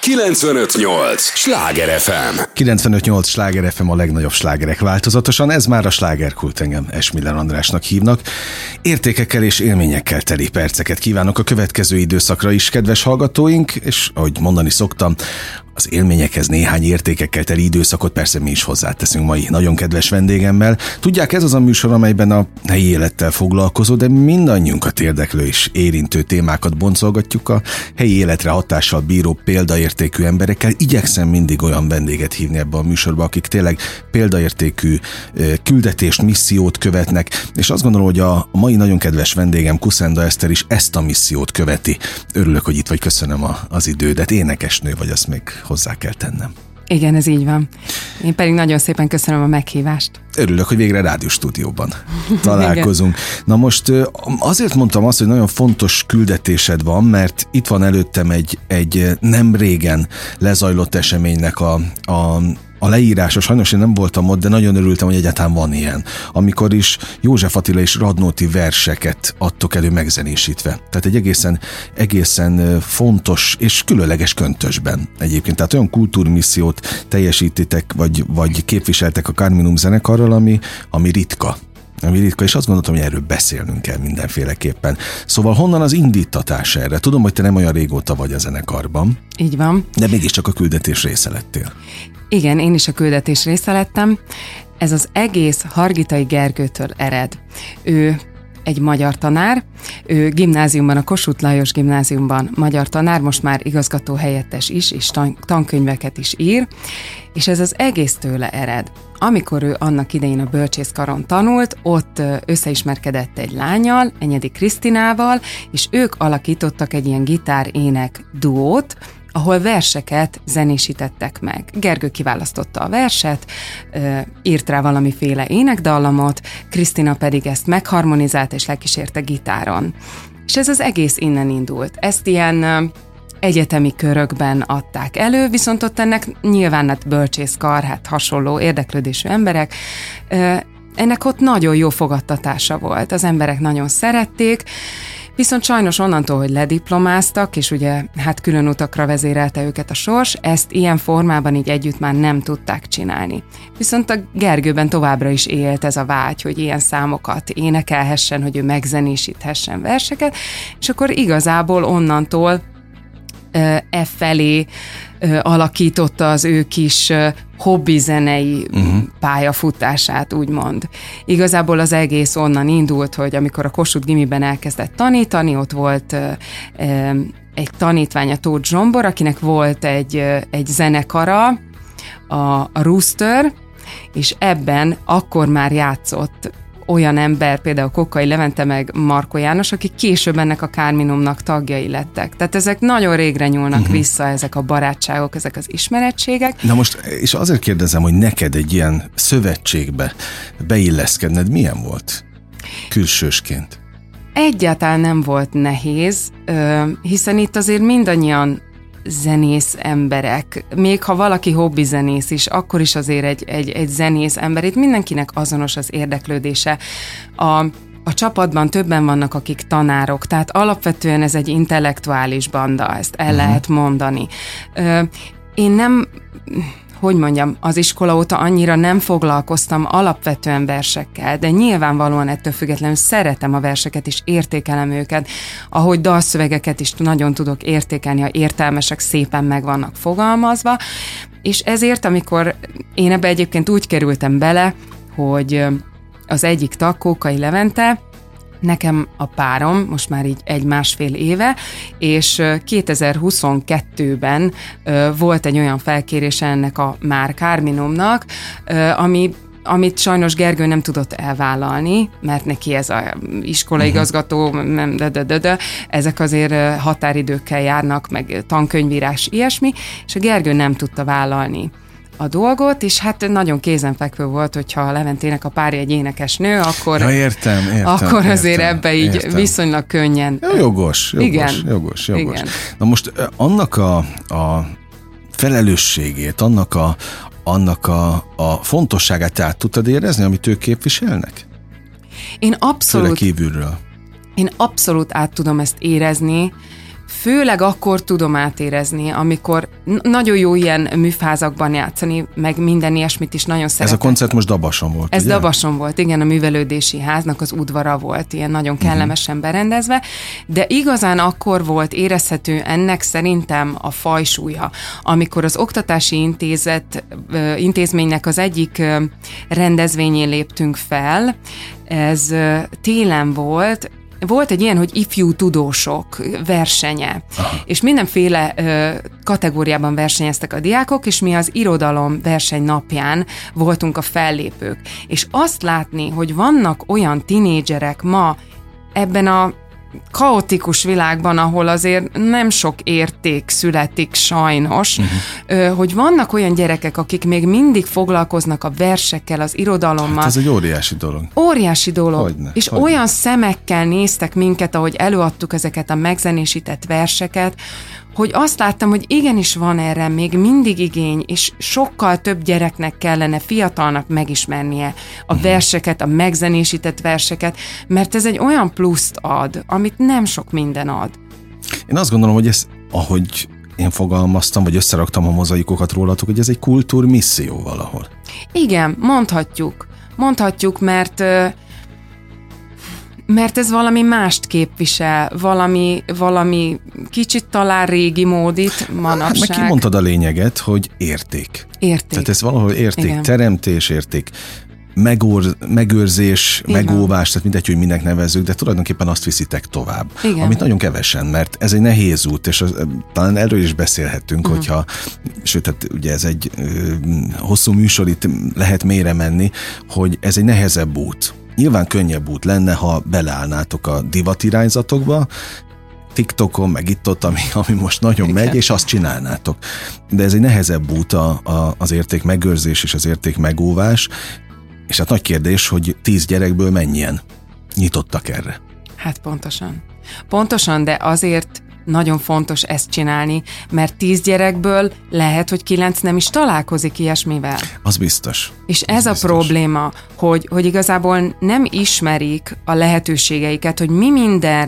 95.8 Sláger FM. 95.8 Sláger FM, a legnagyobb slágerek változatosan. Ez már a Slágerkult, engem Esmiller Andrásnak hívnak. Értékekkel és élményekkel teli perceket kívánok a következő időszakra is, kedves hallgatóink, és ahogy mondani szoktam, az élményekhez néhány értékekkel teli időszakot persze mi is hozzáteszünk mai nagyon kedves vendégemmel. Tudják, ez az a műsor, amelyben a helyi élettel foglalkozó, de mindannyiunkat érdeklő és érintő témákat boncolgatjuk a helyi életre hatással bíró példaértékű emberekkel. Igyekszem mindig olyan vendéget hívni ebbe a műsorba, akik tényleg példaértékű küldetést, missziót követnek, és azt gondolom, hogy a mai nagyon kedves vendégem, Kuszenda Eszter is ezt a missziót követi. Örülök, hogy itt vagy, köszönöm az idődet. Énekesnő vagy, azt még hozzá kell tennem. Igen, ez így van. Én pedig nagyon szépen köszönöm a meghívást. Örülök, hogy végre rádióstúdióban találkozunk. Na most azért mondtam azt, hogy nagyon fontos küldetésed van, mert itt van előttem egy nem régen lezajlott eseménynek a leírása. Sajnos én nem voltam ott, de nagyon örültem, hogy egyáltalán van ilyen. Amikor is József Attila és Radnóti verseket adtok elő megzenésítve. Tehát egy egészen fontos és különleges köntösben egyébként. Tehát olyan kultúrmissziót teljesítitek, vagy képviseltek a Carminum zenekarral, ami ritka. És azt gondoltam, hogy erről beszélnünk kell mindenféleképpen. Szóval honnan az indítatás erre? Tudom, hogy te nem olyan régóta vagy a zenekarban. Így van. De mégiscsak a küldetés része lettél. Igen, én is a küldetés része lettem. Ez az egész Hargitai Gergőtől ered. Ő egy magyar tanár, ő gimnáziumban, a Kossuth Lajos gimnáziumban magyar tanár, most már igazgató helyettes is, és tankönyveket is ír, és ez az egész tőle ered. Amikor ő annak idején a bölcsészkaron tanult, ott összeismerkedett egy lánnyal, Enyedi Krisztinával, és ők alakítottak egy ilyen gitár-ének duót, ahol verseket zenésítettek meg. Gergő kiválasztotta a verset, írt rá valamiféle énekdallamot, Krisztina pedig ezt megharmonizálta és lekísérte gitáron. És ez az egész innen indult. Ezt ilyen egyetemi körökben adták elő, viszont ott ennek nyilván bölcsészkar, hasonló érdeklődésű emberek, ennek ott nagyon jó fogadtatása volt. Az emberek nagyon szerették, viszont sajnos onnantól, hogy lediplomáztak, és ugye külön utakra vezérelte őket a sors, ezt ilyen formában így együtt már nem tudták csinálni. Viszont a Gergőben továbbra is élt ez a vágy, hogy ilyen számokat énekelhessen, hogy ő megzenésíthessen verseket, és akkor igazából onnantól felé alakította az ő kis hobbizenei pályafutását, úgymond. Igazából az egész onnan indult, hogy amikor a Kossuth Gimiben elkezdett tanítani, ott volt egy tanítványa, Tóth Zsombor, akinek volt egy zenekara, a Rooster, és ebben akkor már játszott olyan ember, például Kokkai Levente meg Markó János, akik később ennek a Carminumnak tagjai lettek. Tehát ezek nagyon régre nyúlnak vissza, ezek a barátságok, ezek az ismerettségek. Na most, és azért kérdezem, hogy neked egy ilyen szövetségbe beilleszkedned milyen volt külsősként? Egyáltalán nem volt nehéz, hiszen itt azért mindannyian zenész emberek, még ha valaki hobbizenész is, akkor is azért egy zenész ember, itt mindenkinek azonos az érdeklődése. A csapatban többen vannak, akik tanárok, tehát alapvetően ez egy intellektuális banda, ezt el lehet mondani. Én nem, az iskola óta annyira nem foglalkoztam alapvetően versekkel, de nyilvánvalóan ettől függetlenül szeretem a verseket és értékelem őket, ahogy dalszövegeket is nagyon tudok értékelni, ha értelmesek, szépen meg vannak fogalmazva, és ezért, amikor én ebbe egyébként úgy kerültem bele, hogy az egyik tag, Kokkai Levente, nekem a párom, most már így 1-1,5 éve, és 2022-ben volt egy olyan felkérése ennek a már Carminumnak, amit sajnos Gergő nem tudott elvállalni, mert neki ez a iskolaigazgató, ezek azért határidőkkel járnak, meg tankönyvírás, ilyesmi, és a Gergő nem tudta vállalni a dolgot, és nagyon kézenfekvő volt, hogyha a Leventének a párja egy énekesnő, akkor, akkor azért ebbe így viszonylag könnyen. Jogos. Igen. Na most annak a felelősségét, annak a fontosságát te át tudtad érezni, amit ők képviselnek? Én abszolút át tudom ezt érezni, főleg akkor tudom átérezni, amikor nagyon jó ilyen műfázakban játszani, meg minden ilyesmit is nagyon szeretem. Ez a koncert most Dabason volt, Ez ugye? Dabason volt, igen, a művelődési háznak az udvara volt, ilyen nagyon kellemesen berendezve, de igazán akkor volt érezhető ennek szerintem a fajsúlya, amikor az oktatási intézménynek az egyik rendezvényén léptünk fel, ez télen volt egy ilyen, hogy ifjú tudósok versenye, és mindenféle kategóriában versenyeztek a diákok, és mi az irodalom verseny napján voltunk a fellépők. És azt látni, hogy vannak olyan tinédzserek ma ebben a kaotikus világban, ahol azért nem sok érték születik sajnos, hogy vannak olyan gyerekek, akik még mindig foglalkoznak a versekkel, az irodalommal. Hát ez egy óriási dolog. Óriási dolog. Hogyne. Olyan szemekkel néztek minket, ahogy előadtuk ezeket a megzenésített verseket, hogy azt láttam, hogy igenis van erre még mindig igény, és sokkal több gyereknek kellene, fiatalnak megismernie a verseket, a megzenésített verseket, mert ez egy olyan pluszt ad, amit nem sok minden ad. Én azt gondolom, hogy ez, ahogy én fogalmaztam, vagy összeraktam a mozaikokat rólatok, hogy ez egy kultúrmisszió valahol. Igen, mondhatjuk, mert ez valami mást képvisel, valami kicsit talán régi módit manapság. Meg kimondtad a lényeget, hogy érték. Tehát ez valahol értékteremtés, érték megőrzés, megóvás, tehát mindegy, hogy minek nevezzük, de tulajdonképpen azt viszitek tovább. Igen. Amit nagyon kevesen, mert ez egy nehéz út, és talán erről is beszélhettünk, hogyha, sőt, tehát ugye ez egy hosszú műsor, itt lehet mélyre menni, hogy ez egy nehezebb út. Nyilván könnyebb út lenne, ha beleállnátok a divatirányzatokba, TikTokon, meg itt-ott, ami most nagyon megy, és azt csinálnátok. De ez egy nehezebb út az érték megőrzés és az érték megóvás, és hát nagy kérdés, hogy 10 gyerekből mennyien nyitottak erre. Hát pontosan, de azért nagyon fontos ezt csinálni, mert 10 gyerekből lehet, hogy 9 nem is találkozik ilyesmivel. Az biztos. És ez a probléma, hogy igazából nem ismerik a lehetőségeiket, hogy mi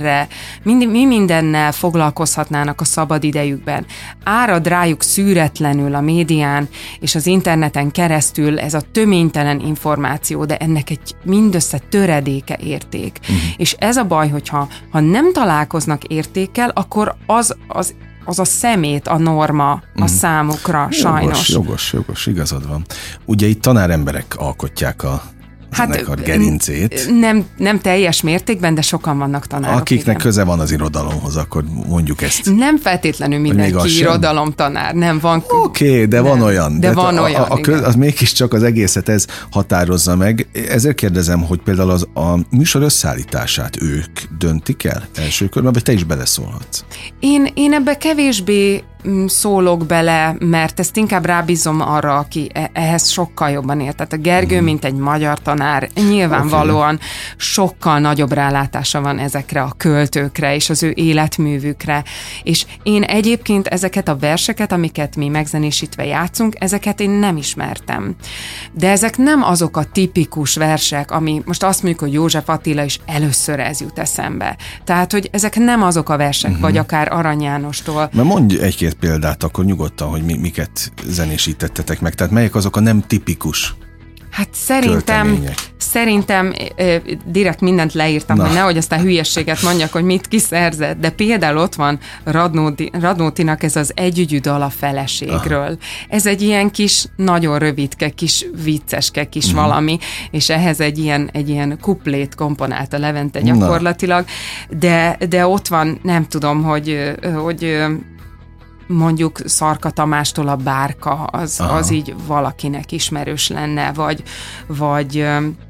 mindennel foglalkozhatnának a szabad idejükben. Árad rájuk szűretlenül a médián és az interneten keresztül ez a töménytelen információ, de ennek egy mindössze töredéke érték. És ez a baj, hogyha nem találkoznak értékkel, akkor az a szemét, a norma a számukra, sajnos. Jogos, igazad van. Ugye itt tanáremberek alkotják a zenekar gerincét. Nem teljes mértékben, de sokan vannak tanárok. Akiknek köze van az irodalomhoz, akkor mondjuk ezt. Nem feltétlenül mindenki irodalomtanár, nem van. Oké, de van olyan. De van olyan, az mégiscsak az egészet ez határozza meg. Ezért kérdezem, hogy például a műsor összeállítását ők döntik el első körben, vagy te is beleszólhatsz? Én ebbe kevésbé szólok bele, mert ezt inkább rábízom arra, aki ehhez sokkal jobban ért. Tehát a Gergő, mint egy magyar tanár, nyilvánvalóan sokkal nagyobb rálátása van ezekre a költőkre és az ő életművükre. És én egyébként ezeket a verseket, amiket mi megzenésítve játszunk, ezeket én nem ismertem. De ezek nem azok a tipikus versek, ami most azt mondjuk, hogy József Attila is először ez jut eszembe. Tehát, hogy ezek nem azok a versek, vagy akár Arany Jánostól. Mert mondj egy-két példát akkor nyugodtan, hogy miket zenésítettetek meg. Tehát melyek azok a nem tipikus Hát szerintem direkt mindent leírtam, hogy nehogy aztán hülyességet mondjak, hogy mit kiszerzett, de például ott van Radnótinak ez az együgyű dal a feleségről. Aha. Ez egy ilyen kis, nagyon rövidke, kis vicceske kis valami, és ehhez egy ilyen kuplét komponálta Levente gyakorlatilag, de ott van, nem tudom, hogy mondjuk Szarka Tamástól a Bárka, az így valakinek ismerős lenne, vagy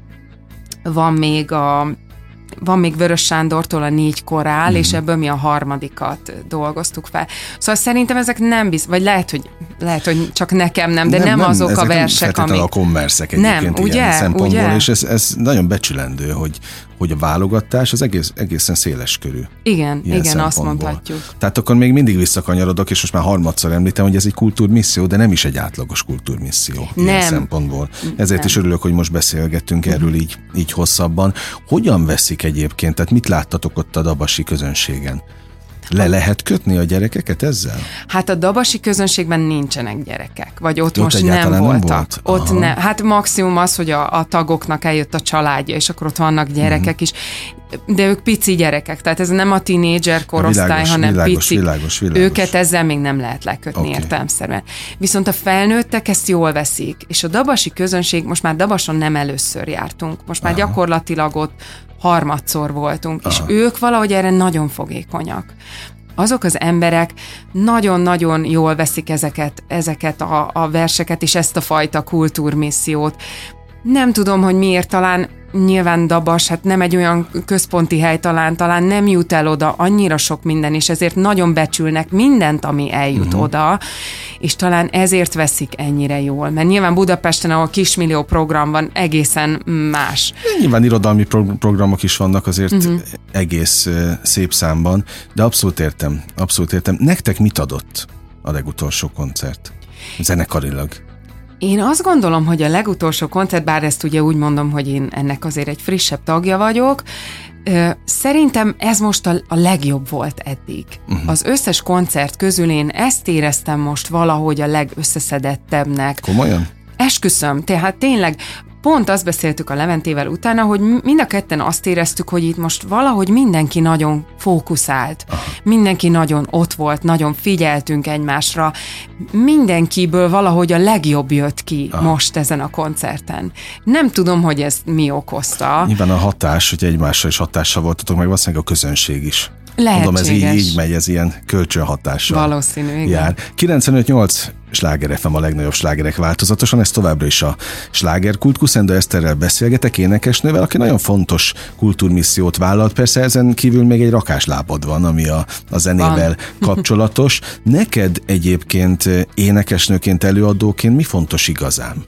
van még Vörös Sándortól a 4 korál, és ebből mi a harmadikat dolgoztuk fel. Szóval szerintem ezek nem vagy lehet, hogy csak nekem nem, de nem azok a versek, amik... Nem, a kommerszek egyébként nem, ilyen szempontból, ugye? És ez nagyon becsülendő, hogy a válogatás az egészen széles körű. Igen, azt mondhatjuk. Tehát akkor még mindig visszakanyarodok, és most már harmadszor említem, hogy ez egy kultúrmisszió, de nem is egy átlagos kultúrmisszió ilyen szempontból. Ezért is örülök, hogy most beszélgettünk erről így hosszabban. Hogyan veszik egyébként, tehát mit láttatok ott a dabasi közönségen? Le lehet kötni a gyerekeket ezzel? Hát a dabasi közönségben nincsenek gyerekek, vagy ott most nem voltak. Ott ne, hát maximum az, hogy a tagoknak eljött a családja, és akkor ott vannak gyerekek is, de ők pici gyerekek, tehát ez nem a tínédzser korosztály, hanem pici. Világos. Őket ezzel még nem lehet lekötni értelemszerűen. Viszont a felnőttek ezt jól veszik, és a dabasi közönség, most már Dabason nem először jártunk, most már gyakorlatilag ott harmadszor voltunk, és ők valahogy erre nagyon fogékonyak. Azok az emberek nagyon-nagyon jól veszik ezeket a verseket, és ezt a fajta kultúrmissziót. Nem tudom, hogy miért, talán nyilván Dabas, hát nem egy olyan központi hely, talán nem jut el oda annyira sok minden, és ezért nagyon becsülnek mindent, ami eljut oda, és talán ezért veszik ennyire jól. Mert nyilván Budapesten, ahol kismillió program van, egészen más. Nyilván irodalmi programok is vannak azért egész szép számban, de abszolút értem. Nektek mit adott a legutolsó koncert? Zenekarilag. Én azt gondolom, hogy a legutolsó koncert, bár ezt ugye úgy mondom, hogy én ennek azért egy frissebb tagja vagyok, szerintem ez most a legjobb volt eddig. Az összes koncert közül én ezt éreztem most valahogy a legösszeszedettebbnek. Komolyan? Esküszöm, tehát tényleg pont azt beszéltük a Leventével utána, hogy mind a ketten azt éreztük, hogy itt most valahogy mindenki nagyon fókuszált. Mindenki nagyon ott volt, nagyon figyeltünk egymásra. Mindenkiből valahogy a legjobb jött ki most ezen a koncerten. Nem tudom, hogy ez mi okozta. Nyilván a hatás, hogy egymásra is hatással voltatok, meg valószínűleg a közönség is. Lehetséges. Mondom, ez így megy, ez ilyen kölcsönhatással. Valószínű, igen. Jár. 95.8 Sláger FM, a legnagyobb slágerek változatosan, ez továbbra is a Slágerkult. Kuszenda Eszterrel beszélgetek, énekesnővel, aki nagyon fontos kultúrmissziót vállalt. Persze ezen kívül még egy rakáslábad van, ami a zenével kapcsolatos. Neked egyébként énekesnőként, előadóként mi fontos igazán?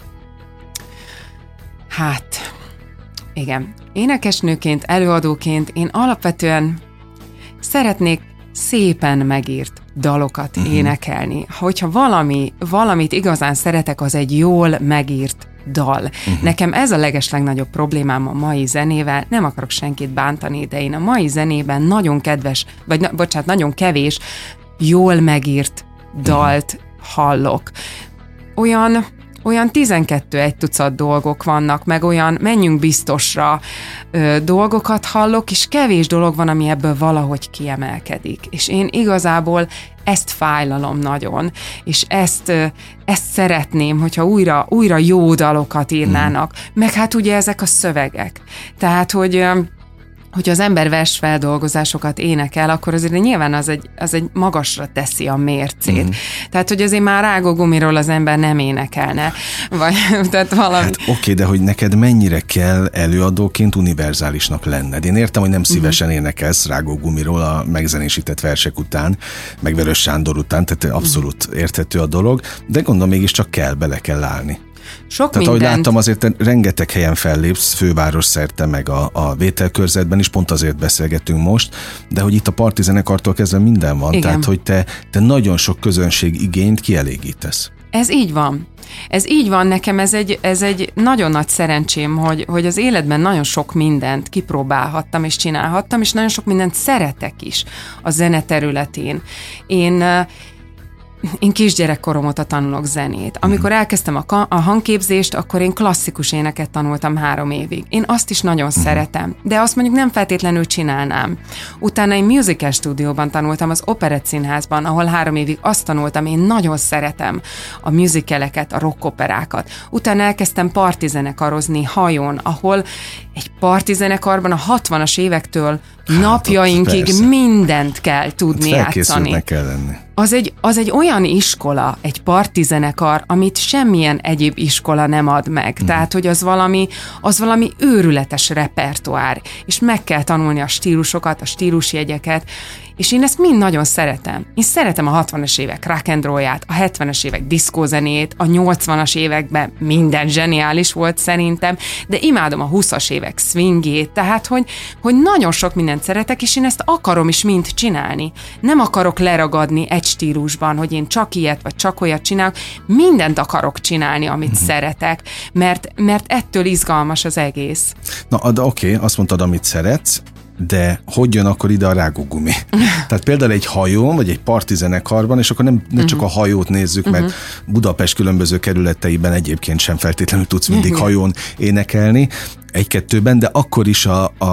Hát, igen. Énekesnőként, előadóként én alapvetően szeretnék szépen megírt dalokat énekelni. Hogyha valamit igazán szeretek, az egy jól megírt dal. Nekem ez a legeslegnagyobb problémám a mai zenével, nem akarok senkit bántani, de én a mai zenében nagyon kedves, nagyon kevés jól megírt dalt hallok. Olyan 12 egy tucat dolgok vannak, meg olyan menjünk biztosra dolgokat hallok, és kevés dolog van, ami ebből valahogy kiemelkedik. És én igazából ezt fájlalom nagyon, és ezt szeretném, hogyha újra jó dalokat írnának, meg hát ugye ezek a szövegek. Tehát, hogyha az ember versfeldolgozásokat énekel, akkor azért nyilván az egy magasra teszi a mércét. Tehát, hogy azért már rágógumiról az ember nem énekelne. Vagy, tehát valami... Hát oké, de hogy neked mennyire kell előadóként univerzálisnak lenned? Én értem, hogy nem szívesen énekelsz rágógumiról a megzenésített versek után, meg Vörös Sándor után, tehát abszolút érthető a dolog, de gondolom mégiscsak bele kell állni. Tehát ahogy láttam, azért rengeteg helyen fellépsz, főváros szerte, meg a vételkörzetben is, pont azért beszélgetünk most, de hogy itt a parti zenekartól kezdve minden van, igen. Tehát hogy te nagyon sok közönség igényt kielégítesz. Ez így van. Ez így van, nekem ez egy nagyon nagy szerencsém, hogy az életben nagyon sok mindent kipróbálhattam és csinálhattam, és nagyon sok mindent szeretek is a zene területén. Én kisgyerekkorom óta tanulok zenét. Amikor elkezdtem a hangképzést, akkor én klasszikus éneket tanultam 3 évig. Én azt is nagyon szeretem, de azt mondjuk nem feltétlenül csinálnám. Utána én musical stúdióban tanultam az Operett Színházban, ahol 3 évig azt tanultam, én nagyon szeretem a musicaleket, a rockoperákat. Utána elkezdtem partizzenekarozni hajón, ahol egy partizenekarban a 60-as évektől napjainkig mindent kell tudni játszani. Kell lenni. Az egy olyan iskola, egy partizenekar, amit semmilyen egyéb iskola nem ad meg. Tehát, hogy az valami őrületes repertoár, és meg kell tanulni a stílusokat, a stílusjegyeket, és én ezt mind nagyon szeretem. Én szeretem a 60-as évek rock and rollját, a 70-es évek diszkózenét, a 80-as években minden zseniális volt szerintem, de imádom a 20-as évek swingjét, tehát, hogy nagyon sok mindent szeretek, és én ezt akarom is mind csinálni. Nem akarok leragadni egy stílusban, hogy én csak ilyet, vagy csak olyat csinálok, mindent akarok csinálni, amit szeretek, mert ettől izgalmas az egész. Na, de oké, azt mondtad, amit szeretsz, de hogy jön akkor ide a rágógumi? Tehát például egy hajón, vagy egy parti zenekarban, és akkor nem csak a hajót nézzük, mert Budapest különböző kerületeiben egyébként sem feltétlenül tudsz mindig hajón énekelni, egy-kettőben, de akkor is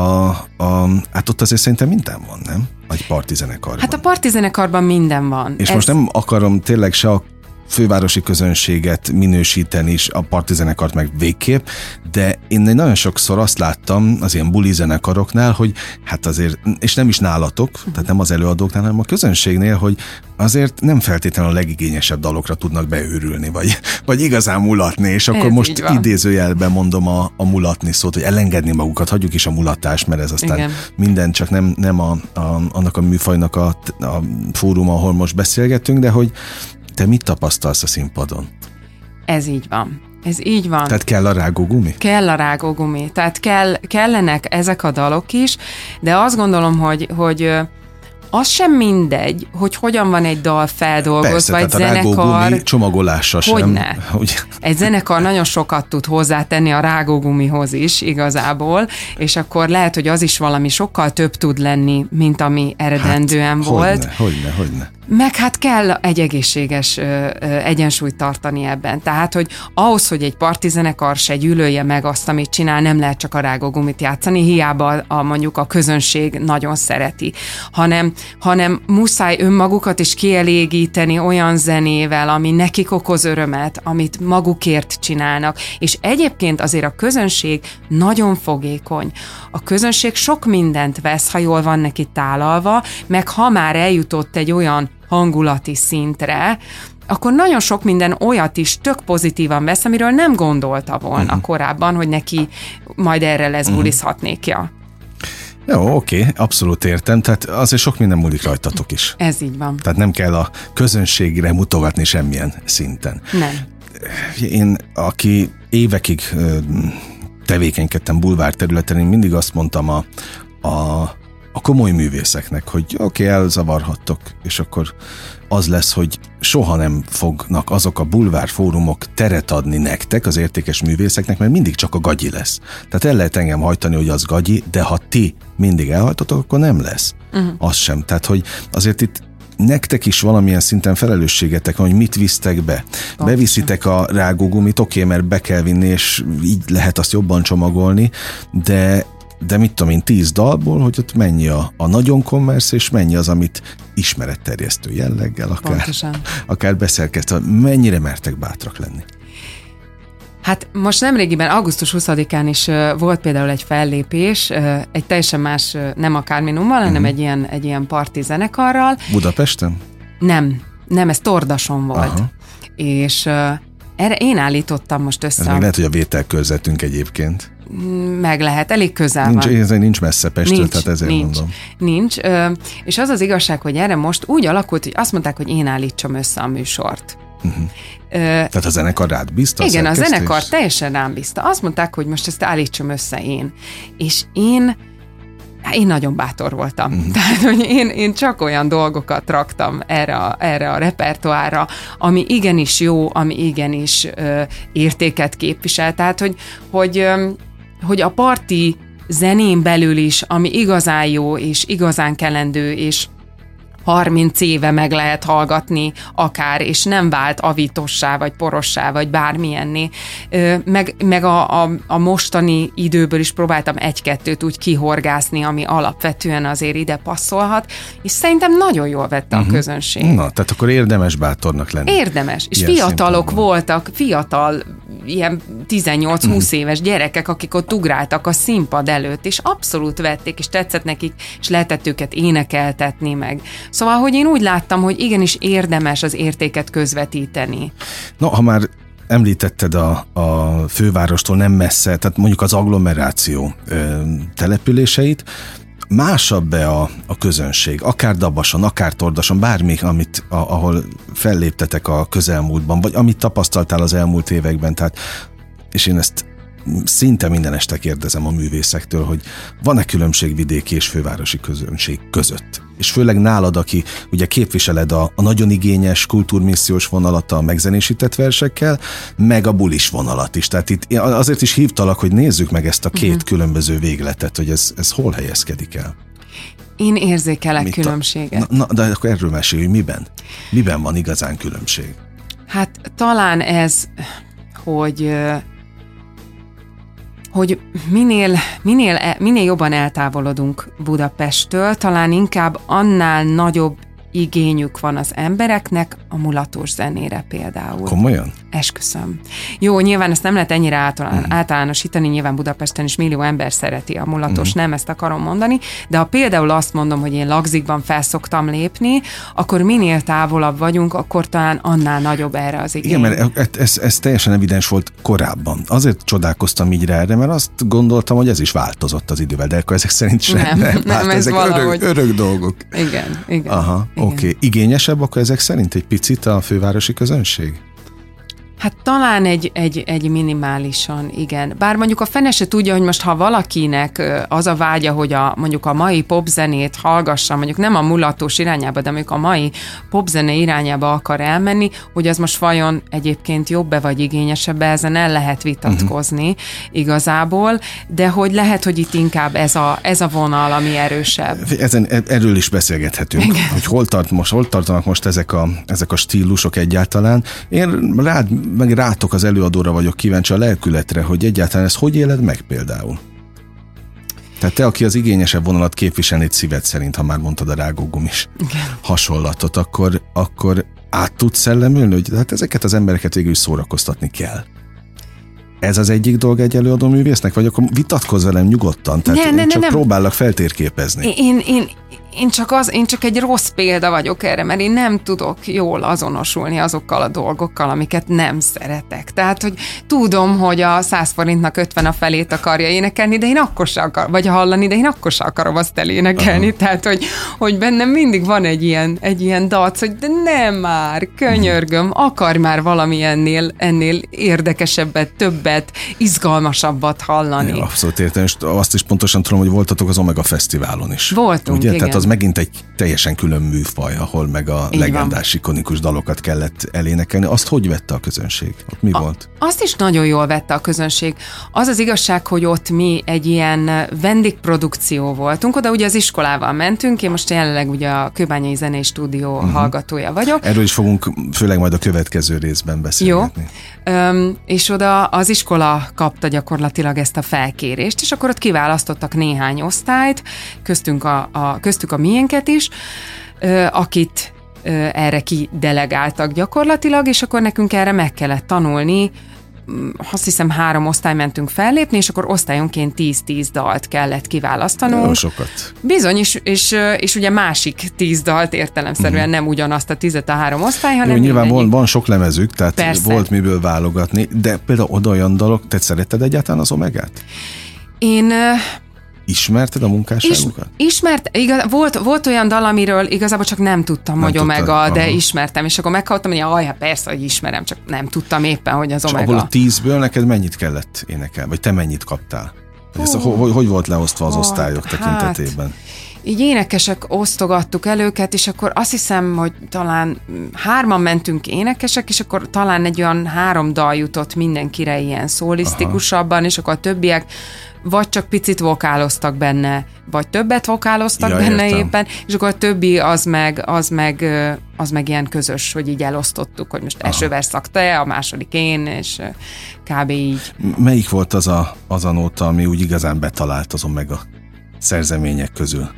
hát ott azért szerintem minden van, nem? Egy parti zenekarban. Hát a parti zenekarban minden van. És most nem akarom tényleg se a fővárosi közönséget minősíteni is, a parti zenekart meg végképp, de én nagyon sokszor azt láttam az ilyen buli zenekaroknál, hogy hát azért, és nem is nálatok, tehát nem az előadóknál, hanem a közönségnél, hogy azért nem feltétlenül a legigényesebb dalokra tudnak beőrülni, vagy igazán mulatni, és akkor most idézőjelben mondom a mulatni szót, hogy elengedni magukat, hagyjuk is a mulatást, mert ez aztán igen. Minden, csak nem annak a műfajnak a fórum, ahol most beszélgetünk, de hogy te mit tapasztalsz a színpadon? Ez így van. Ez így van. Tehát kell a rágógumi? Kell a rágógumi. Tehát kellenek ezek a dalok is, de azt gondolom, hogy az sem mindegy, hogy hogyan van egy dal feldolgozva, egy zenekar... csomagolása sem. Hogyne. Egy zenekar nagyon sokat tud hozzátenni a rágógumihoz is igazából, és akkor lehet, hogy az is valami sokkal több tud lenni, mint ami eredendően volt. Hogyne. Meg hát kell egy egészséges egyensúlyt tartani ebben. Tehát, hogy ahhoz, hogy egy partizenekar se gyűlölje meg azt, amit csinál, nem lehet csak a rágógumit játszani, hiába mondjuk a közönség nagyon szereti, hanem muszáj önmagukat is kielégíteni olyan zenével, ami nekik okoz örömet, amit magukért csinálnak. És egyébként azért a közönség nagyon fogékony. A közönség sok mindent vesz, ha jól van neki tálalva, meg ha már eljutott egy olyan hangulati szintre, akkor nagyon sok minden olyat is tök pozitívan vesz, amiről nem gondolta volna korábban, hogy neki majd erre lesz bulizhatnékja. Jó, oké, abszolút értem, tehát azért sok minden múlik rajtatok is. Ez így van. Tehát nem kell a közönségre mutogatni semmilyen szinten. Nem. Én, aki évekig tevékenykedtem bulvár területen, én mindig azt mondtam a komoly művészeknek, hogy oké, elzavarhattok, és akkor az lesz, hogy soha nem fognak azok a bulvár fórumok teret adni nektek, az értékes művészeknek, mert mindig csak a gagyi lesz. Tehát el lehet engem hajtani, hogy az gagyi, de ha ti mindig elhajtotok, akkor nem lesz. Az sem. Tehát, hogy azért itt nektek is valamilyen szinten felelősségetek van, hogy mit visztek be. Beviszitek a rágógumit, oké, mert be kell vinni, és így lehet azt jobban csomagolni, de mit tudom én, 10 dalból, hogy ott mennyi a nagyon kommersz, és mennyi az, amit ismeretterjesztő jelleggel, akár beszerkesztve. Mennyire mertek bátrak lenni? Hát most nemrégiben, augusztus 20-án is volt például egy fellépés, egy teljesen más, nem a Carminummal, hanem egy ilyen parti zenekarral. Budapesten? Nem, ez Tordason volt. Aha. És erre én állítottam most össze. Ez még lehet, hogy a vételkörzetünk egyébként. Meg lehet, elég közel van. Ez nincs messze Pestről, tehát ezért mondom. Nincs, és az az igazság, hogy erre most úgy alakult, hogy azt mondták, hogy én állítsam össze a műsort. Tehát a zenekar rád bízta? Igen, a zenekar teljesen rám bízta. Azt mondták, hogy most ezt állítsam össze én. És én nagyon bátor voltam. Tehát, hogy én csak olyan dolgokat raktam erre a repertoárra, ami igenis jó, ami igenis értéket képvisel. Tehát, hogy a parti zenén belül is, ami igazán jó, és igazán kelendő, és 30 éve meg lehet hallgatni akár, és nem vált avitossá, vagy porossá, vagy bármilyenné. Meg a mostani időből is próbáltam egy-kettőt úgy kihorgászni, ami alapvetően azért ide passzolhat, és szerintem nagyon jól vette a közönség. Na, tehát akkor érdemes bátornak lenni. Érdemes, és fiatalok voltak, ilyen 18-20 éves gyerekek, akik ott ugráltak a színpad előtt, és abszolút vették, és tetszett nekik, és lehetett őket énekeltetni meg. Szóval, hogy én úgy láttam, hogy igenis érdemes az értéket közvetíteni. No, ha már említetted a fővárostól nem messze, tehát mondjuk az agglomeráció településeit, másabb-e a közönség, akár Dabason, akár Tordason, bármi, ahol felléptetek a közelmúltban, vagy amit tapasztaltál az elmúlt években, tehát, és én ezt szinte minden este kérdezem a művészektől, hogy van-e különbség vidéki és fővárosi közönség között? És főleg nálad, aki ugye képviseled a nagyon igényes kultúrmissziós vonalat a megzenésített versekkel, meg a bulis vonalat is. Tehát itt azért is hívtalak, hogy nézzük meg ezt a két különböző végletet, hogy ez hol helyezkedik el. Én érzékelek különbséget. De akkor erről mesélj, hogy miben? Miben van igazán különbség? Hát talán ez, hogy minél jobban eltávolodunk Budapesttől, talán inkább annál nagyobb igényük van az embereknek a mulatos zenére például. Komolyan? Esküszöm. Jó, nyilván ezt nem lehet ennyire általánosítani, nyilván Budapesten is millió ember szereti a mulatos, nem ezt akarom mondani, de ha például azt mondom, hogy én Lagzikban fel szoktam lépni, akkor minél távolabb vagyunk, akkor talán annál nagyobb erre az igény. Igen, mert ez teljesen evidens volt korábban. Azért csodálkoztam így rá erre, mert azt gondoltam, hogy ez is változott az idővel, de akkor ezek szerint sem. Nem, ez ezek valahogy... örök dolgok. Igen. Aha, oké. Igényesebb akkor ezek szerint egy picit a fővárosi közönség? Hát talán egy minimálisan, igen. Bár mondjuk a fene se tudja, hogy most ha valakinek az a vágya, hogy mondjuk a mai popzenét hallgassa, mondjuk nem a mulatos irányába, de mondjuk a mai popzene irányába akar elmenni, hogy az most vajon egyébként jobb-e vagy igényesebb, ezen el lehet vitatkozni igazából, de hogy lehet, hogy itt inkább ez a vonal, ami erősebb. Erről is beszélgethetünk, igen. Hogy hol tartanak most ezek a stílusok egyáltalán. Én meg rátok az előadóra vagyok kíváncsi, a lelkületre, hogy egyáltalán ezt hogy éled meg például? Tehát te, aki az igényesebb vonalat képviselnéd szíved szerint, ha már mondtad a rágógumis hasonlatot, akkor át tudsz szellemülni, hogy hát ezeket az embereket végül is szórakoztatni kell. Ez az egyik dolga egy előadó művésznek? Vagy akkor vitatkozz velem nyugodtan? Tehát csak próbállak feltérképezni. Én csak egy rossz példa vagyok erre, mert én nem tudok jól azonosulni azokkal a dolgokkal, amiket nem szeretek. Tehát, hogy tudom, hogy a 100 forintnak 50 a felét akarja énekelni, de én akkor se akarom, vagy hallani, de én akkor se akarom azt elénekelni. Aha. Tehát, hogy bennem mindig van egy ilyen dac, hogy de nem már, könyörgöm, akar már valami ennél érdekesebbet, többet, izgalmasabbat hallani. Ja, abszolút értem, és azt is pontosan tudom, hogy voltatok az Omega Fesztiválon is. Voltunk, ugye? Igen. Tehát az megint egy teljesen külön műfaj, ahol meg a legendás, ikonikus dalokat kellett elénekelni. Azt hogy vette a közönség? Ott mi volt? Azt is nagyon jól vette a közönség. Az az igazság, hogy ott mi egy ilyen vendégprodukció voltunk, oda ugye az iskolával mentünk, én most jelenleg ugye a Kőbányai Zenei Stúdió hallgatója vagyok. Erről is fogunk főleg majd a következő részben beszélgetni. Jó, és oda az iskola kapta gyakorlatilag ezt a felkérést, és akkor ott kiválasztottak néhány osztályt, köztük a miénket is, akit erre kidelegáltak gyakorlatilag, és akkor nekünk erre meg kellett tanulni. Azt hiszem 3 osztály mentünk fellépni, és akkor osztályonként 10-10 dalt kellett kiválasztanunk. Jó sokat. Bizony, és ugye másik 10 dalt értelemszerűen nem ugyanazt a 10-et a 3 osztály, hanem jó, nyilván van sok lemezük, tehát persze. Volt miből válogatni, de például oda olyan dalok, te szeretted egyáltalán az Omegát? Én... Ismerted a munkásságukat? Volt olyan dal, amiről igazából csak nem tudtam, hogy Omega, de ismertem, és akkor meghallottam, hogy persze, hogy ismerem, csak nem tudtam éppen, hogy az Omega. És abból a 10-ből neked mennyit kellett énekelni, vagy te mennyit kaptál? Hogy volt leosztva az osztályok tekintetében? Így énekesek osztogattuk el őket, és akkor azt hiszem, hogy talán 3-an mentünk énekesek, és akkor talán egy olyan 3 dal jutott mindenkire ilyen szólisztikusabban, és akkor a többiek vagy csak picit vokáloztak benne, vagy többet vokáloztak benne értem. Éppen, és akkor a többi az meg ilyen közös, hogy így elosztottuk, hogy most első verszak te, a második én, és kb. Így. Melyik volt az a nóta, ami úgy igazán betalált azon meg a szerzemények közül?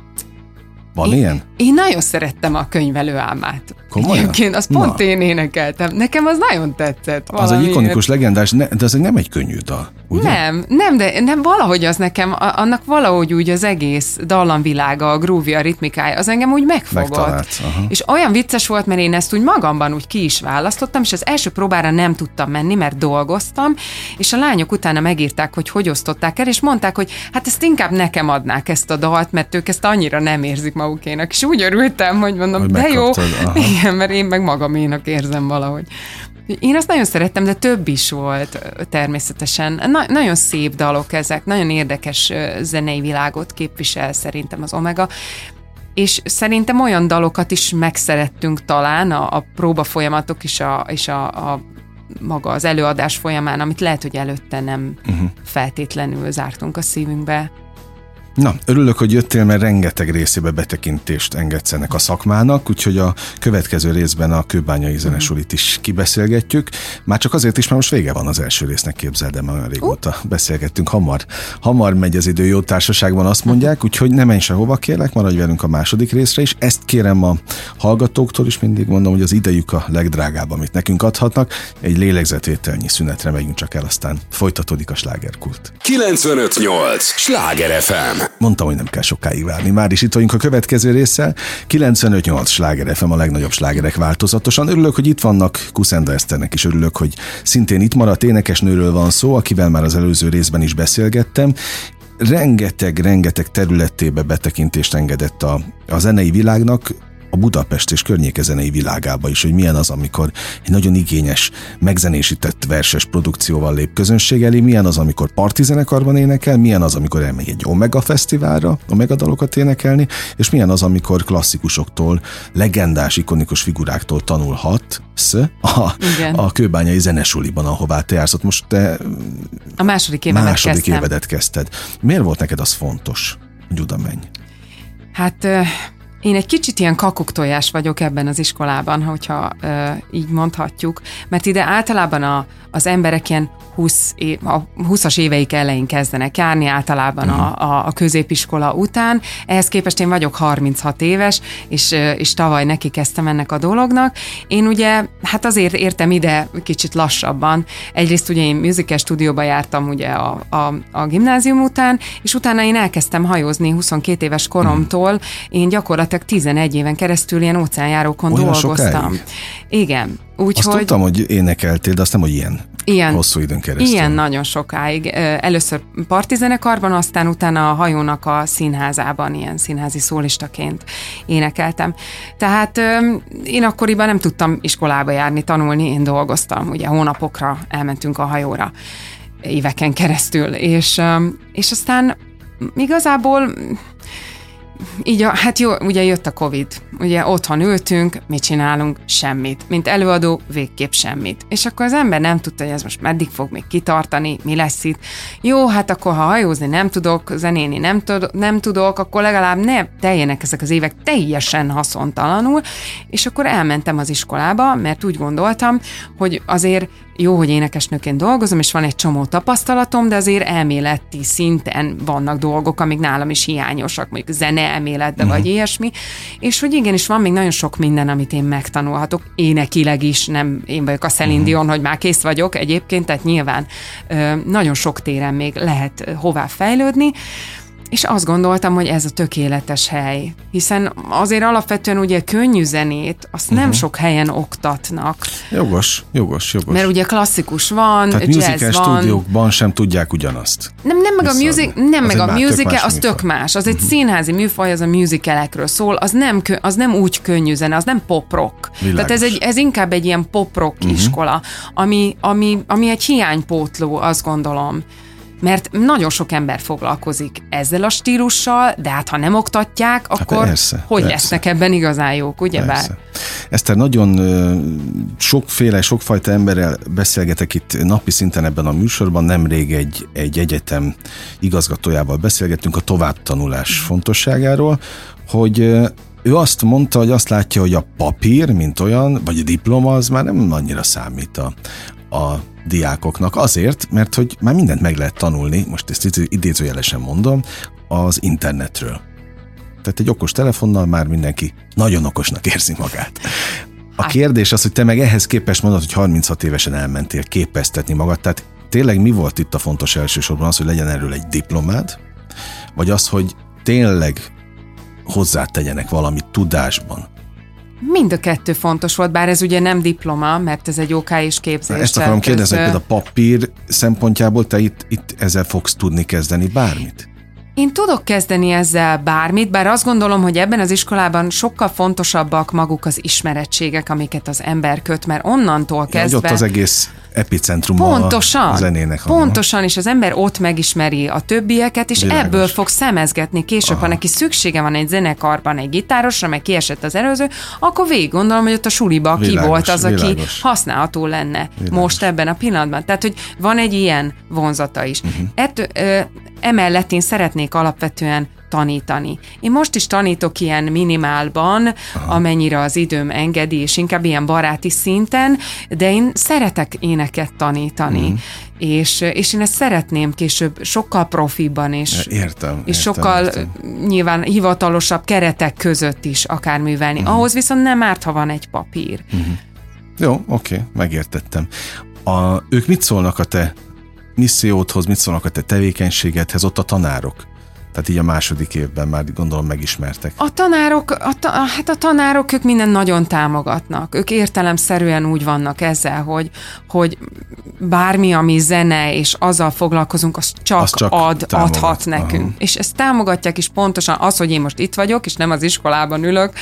Van ilyen? Én nagyon szerettem a Könyvelő álmát. Komolyan? Egyébként azt pont én énekeltem. Nekem az nagyon tetszett. Az egy ikonikus, legendás, de az nem egy könnyű dal, ugye? Nem, valahogy az nekem, annak valahogy úgy az egész dallamvilága, a groovja, a ritmikája, az engem úgy megfogott. És olyan vicces volt, mert én ezt úgy magamban úgy ki is választottam, és az első próbára nem tudtam menni, mert dolgoztam, és a lányok utána megírták, hogy osztották el, és mondták, hogy hát ezt inkább nekem adnák ezt a dalt, mert ők ezt annyira nem érzik magukénak. És úgy örültem, hogy mondom, hogy de jó, igen, mert én meg magaménak érzem valahogy. Én azt nagyon szerettem, de több is volt természetesen. Nagyon szép dalok ezek, nagyon érdekes zenei világot képvisel szerintem az Omega, és szerintem olyan dalokat is megszerettünk talán a próba folyamatok és a maga az előadás folyamán, amit lehet, hogy előtte nem feltétlenül zártunk a szívünkbe. Na, örülök, hogy jöttél, mert rengeteg részébe betekintést engedsz ennek a szakmának, úgyhogy a következő részben a Kőbányai Zenesulit is kibeszélgetjük. Már csak azért is, mert most vége van az első résznek, képzeld el, mert olyan régóta beszélgettünk. Hamar megy az idő, jó társaságban azt mondják, úgyhogy ne menj sehova, kérlek, maradj velünk a második részre is. Ezt kérem a hallgatóktól is, mindig mondom, hogy az idejük a legdrágább, amit nekünk adhatnak. Egy lélegzetvételnyi szünetre megyünk csak el, aztán folytatódik a slágerkult. 95.8 Sláger FM. Mondtam, hogy nem kell sokáig várni. Már is itt vagyunk a következő résszel. 95.8 Sláger FM, a legnagyobb slágerek változatosan. Örülök, hogy itt vannak. Kuszenda Eszternek is örülök, hogy szintén itt maradt. Énekesnőről van szó, akivel már az előző részben is beszélgettem. Rengeteg területébe betekintést engedett a zenei világnak, a Budapest és környéke zenei világába is, hogy milyen az, amikor egy nagyon igényes, megzenésített verses produkcióval lép közönség elé, milyen az, amikor partizenekarban énekel, milyen az, amikor elmegy egy Omega fesztiválra, Omega dalokat énekelni, és milyen az, amikor klasszikusoktól, legendás, ikonikus figuráktól tanulhatsz a Kőbányai Zenesuliban, ahová te jársz. Most te a második évedet kezdted. Miért volt neked az fontos, hogy oda menj? Hát... Én egy kicsit ilyen kakuktojás vagyok ebben az iskolában, hogyha így mondhatjuk, mert ide általában az emberek ilyen 20-as éveik elején kezdenek járni, általában a középiskola után. Ehhez képest én vagyok 36 éves, és tavaly neki kezdtem ennek a dolognak. Én ugye, hát azért értem ide kicsit lassabban. Egyrészt ugye én musical stúdióba jártam ugye a gimnázium után, és utána én elkezdtem hajózni 22 éves koromtól. Én gyakorlatilag 11 éven keresztül ilyen óceánjárókon olyan dolgoztam. Sokáig? Igen. Azt tudtam, hogy énekeltél, de azt nem, hogy ilyen hosszú időn keresztül. Ilyen nagyon sokáig. Először partizenekarban, aztán utána a hajónak a színházában, ilyen színházi szólistaként énekeltem. Tehát én akkoriban nem tudtam iskolába járni, tanulni, én dolgoztam. Ugye hónapokra elmentünk a hajóra éveken keresztül. És aztán igazából így, hát jó, ugye jött a Covid, ugye otthon ültünk, mit csinálunk? Semmit. Mint előadó, végképp semmit. És akkor az ember nem tudta, hogy ez most meddig fog még kitartani, mi lesz itt. Jó, hát akkor ha hajózni nem tudok, zenélni nem tudok, akkor legalább ne teljenek ezek az évek teljesen haszontalanul, és akkor elmentem az iskolába, mert úgy gondoltam, hogy azért jó, hogy énekesnőként dolgozom, és van egy csomó tapasztalatom, de azért elméleti szinten vannak dolgok, amik nálam is hiányosak, mondjuk zeneelméletben vagy ilyesmi, és hogy igenis van még nagyon sok minden, amit én megtanulhatok, énekileg is, nem én vagyok a Celine Dion, hogy már kész vagyok egyébként, tehát nyilván nagyon sok téren még lehet hová fejlődni, és azt gondoltam, hogy ez a tökéletes hely. Hiszen azért alapvetően ugye könnyű zenét, azt nem sok helyen oktatnak. Jogos. Mert ugye klasszikus van, tehát jazz musical van. stúdiókban sem tudják ugyanazt. Nem meg a musical, az tök más. Az egy színházi műfaj, az a musicalekről szól, az nem úgy könnyű zene, az nem pop-rock. Tehát ez inkább egy ilyen pop-rock iskola, ami egy hiánypótló, azt gondolom. Mert nagyon sok ember foglalkozik ezzel a stílussal, de hát ha nem oktatják, akkor hogy lesznek ebben igazán jók, ugyebár? Eszter, nagyon sokfajta emberrel beszélgetek itt napi szinten ebben a műsorban. Nemrég egy egyetem igazgatójával beszélgettünk a továbbtanulás fontosságáról, hogy ő azt mondta, hogy azt látja, hogy a papír, mint olyan, vagy a diploma, az már nem annyira számít a diákoknak. Azért, mert hogy már mindent meg lehet tanulni, most ezt idézőjelesen mondom, az internetről. Tehát egy okos telefonnal már mindenki nagyon okosnak érzi magát. A kérdés az, hogy te meg ehhez képest mondod, hogy 36 évesen elmentél képeztetni magad, tehát tényleg mi volt itt a fontos elsősorban? Az, hogy legyen erről egy diplomád, vagy az, hogy tényleg hozzátegyenek valamit tudásban? Mind a kettő fontos volt, bár ez ugye nem diploma, mert ez egy OK-s képzés. Ezt akarom kérdezni, hogy például a papír szempontjából te itt ezzel fogsz tudni kezdeni bármit? Én tudok kezdeni ezzel bármit, bár azt gondolom, hogy ebben az iskolában sokkal fontosabbak maguk az ismerettségek, amiket az ember köt, mert onnantól kezdve... Ott az egész epicentrumban a zenének. Pontosan, és az ember ott megismeri a többieket, és világos. Ebből fog szemezgetni később, ha neki szüksége van egy zenekarban egy gitárosra, meg kiesett az előző, akkor végig gondolom, hogy ott a suliba ki volt az, aki használható lenne most ebben a pillanatban. Tehát, hogy van egy ilyen vonzata is. emellett én szeretnék alapvetően tanítani. Én most is tanítok ilyen minimálban, amennyire az időm engedi, és inkább ilyen baráti szinten, de én szeretek éneket tanítani. És én ezt szeretném később sokkal profibban, és sokkal nyilván hivatalosabb keretek között is akár művelni. Ahhoz viszont nem árt, ha van egy papír. Jó, oké, megértettem. Ők mit szólnak a te missziódhoz, mit szólnak a te tevékenységedhez, ott a tanárok? Tehát így a második évben már gondolom megismertek. A tanárok, ők minden nagyon támogatnak. Ők értelemszerűen úgy vannak ezzel, hogy bármi, ami zene, és azzal foglalkozunk, az csak adhat nekünk. Aha. És ezt támogatják is pontosan az, hogy én most itt vagyok, és nem az iskolában ülök.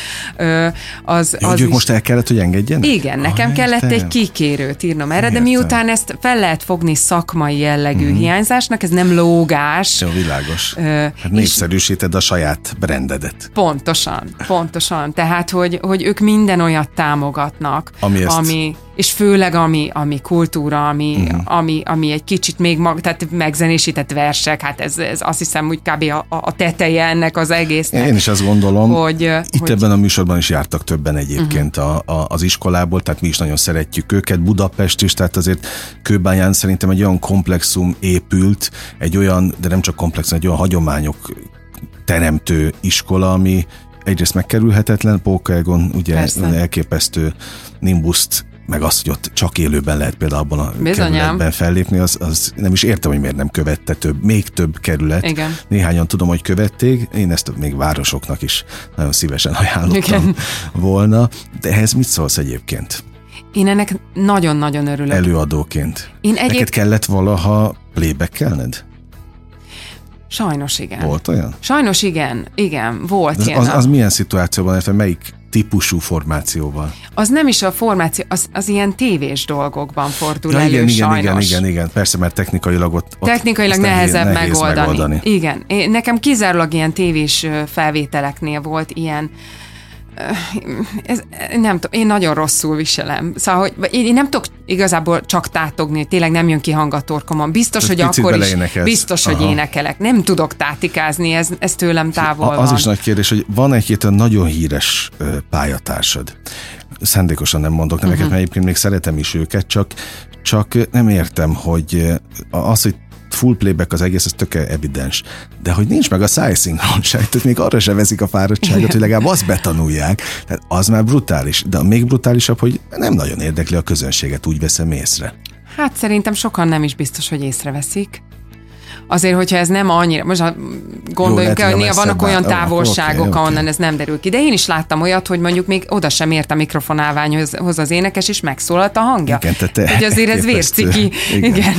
Ők most el kellett, hogy engedjenek? Igen, nekem kellett egy kikérőt írnom erre, de miután ezt fel lehet fogni szakmai jellegű hiányzásnak, ez nem lógás. Jó, világos. Hát népszerűsíted a saját brandedet. Pontosan. Tehát, hogy ők minden olyat támogatnak, és főleg ami kultúra, ami egy kicsit még tehát megzenésített versek, hát ez azt hiszem, hogy kb. A teteje ennek az egésznek. Én is azt gondolom, hogy ebben a műsorban is jártak többen egyébként az iskolából, tehát mi is nagyon szeretjük őket, Budapest is, tehát azért Kőbányán szerintem egy olyan komplexum épült, de nem csak komplexum, egy olyan hagyományok teremtő iskola, ami egyrészt megkerülhetetlen, Póka Egon ugye elképesztő Nimbuszt, meg azt, hogy ott csak élőben lehet például abban a kerületben fellépni, az nem is értem, hogy miért nem követte még több kerület. Igen. Néhányan tudom, hogy követték, én ezt még városoknak is nagyon szívesen ajánlottam volna. De ehhez mit szólsz egyébként? Én ennek nagyon-nagyon örülök. Előadóként. Neked kellett valaha playback-elned? Sajnos igen. Volt olyan? Sajnos igen, volt ilyen. Az milyen szituációban, melyik típusú formációval? Az nem is a formáció, az ilyen tévés dolgokban fordul elő, sajnos. Igen, persze, mert technikailag ott technikailag nehezebb megoldani. Igen, nekem kizárólag ilyen tévés felvételeknél volt ilyen, nem tudom, én nagyon rosszul viselem. Szóval, hogy én nem tudok igazából csak tátogni, tényleg nem jön ki hang a torkomon. Biztos, hogy akkor is, biztos, hogy énekelek. Nem tudok tátikázni, ez tőlem távol van. Az is nagy kérdés, hogy van egy-két nagyon híres pályatársad. Szándékosan nem mondok neveket, mert egyébként még szeretem is őket, csak nem értem, hogy az, hogy full playback az egész, ez töke evidens. De hogy nincs meg a szájszinkronság, tehát még arra se veszik a fáradtságot, hogy legalább azt betanulják. Tehát az már brutális. De a még brutálisabb, hogy nem nagyon érdekli a közönséget, úgy veszem észre. Hát szerintem sokan nem is biztos, hogy észreveszik. Azért, hogyha ez nem annyira, most gondoljunk el, hogy néha vannak olyan távolságok, ahonnan ez nem derül ki. De én is láttam olyat, hogy mondjuk még oda sem ért a mikrofonálványhoz az énekes, és megszólalt a hangja. Igen, hogy azért ez vérciki. Igen.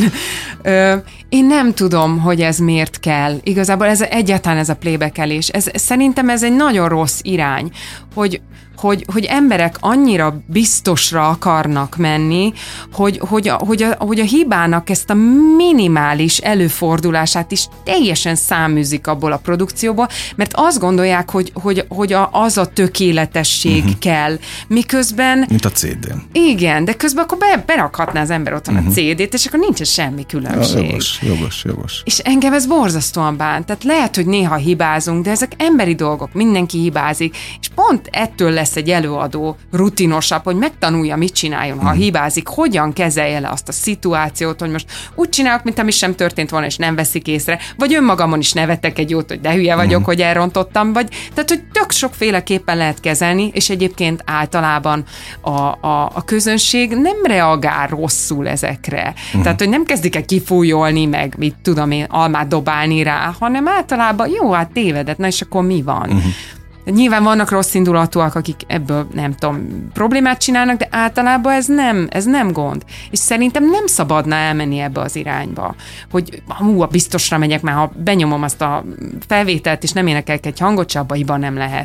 Én nem tudom, hogy ez miért kell. Igazából egyáltalán ez a playbackelés. Szerintem ez egy nagyon rossz irány, hogy emberek annyira biztosra akarnak menni, hogy a hibának ezt a minimális előfordulását is teljesen száműzik abból a produkcióból, mert azt gondolják, hogy az a tökéletesség kell. Miközben... Mint a CD-n. Igen, de közben akkor berakhatná az ember otthon a CD-t, és akkor nincsen semmi különbség. Jogos. És engem ez borzasztóan bánt. Tehát lehet, hogy néha hibázunk, de ezek emberi dolgok, mindenki hibázik, és pont ettől lesz egy előadó rutinosabb, hogy megtanulja, mit csináljon, ha hibázik, hogyan kezelje le azt a szituációt, hogy most úgy csinálok, mint ami sem történt volna, és nem veszik észre, vagy önmagamon is nevettek egy jót, hogy de hülye vagyok, hogy elrontottam, tehát, hogy tök sokféleképpen lehet kezelni, és egyébként általában a közönség nem reagál rosszul ezekre. Tehát, hogy nem kezdik el kifújolni, meg mit tudom én, almát dobálni rá, hanem általában jó, hát tévedett, na és akkor mi van? Nyilván vannak rossz indulatúak, akik ebből, nem tudom, problémát csinálnak, de általában ez nem gond. És szerintem nem szabadna elmenni ebbe az irányba, hogy biztosra megyek, mert ha benyomom azt a felvételt, és nem énekelek egy hangot, se abba hiba nem lehet.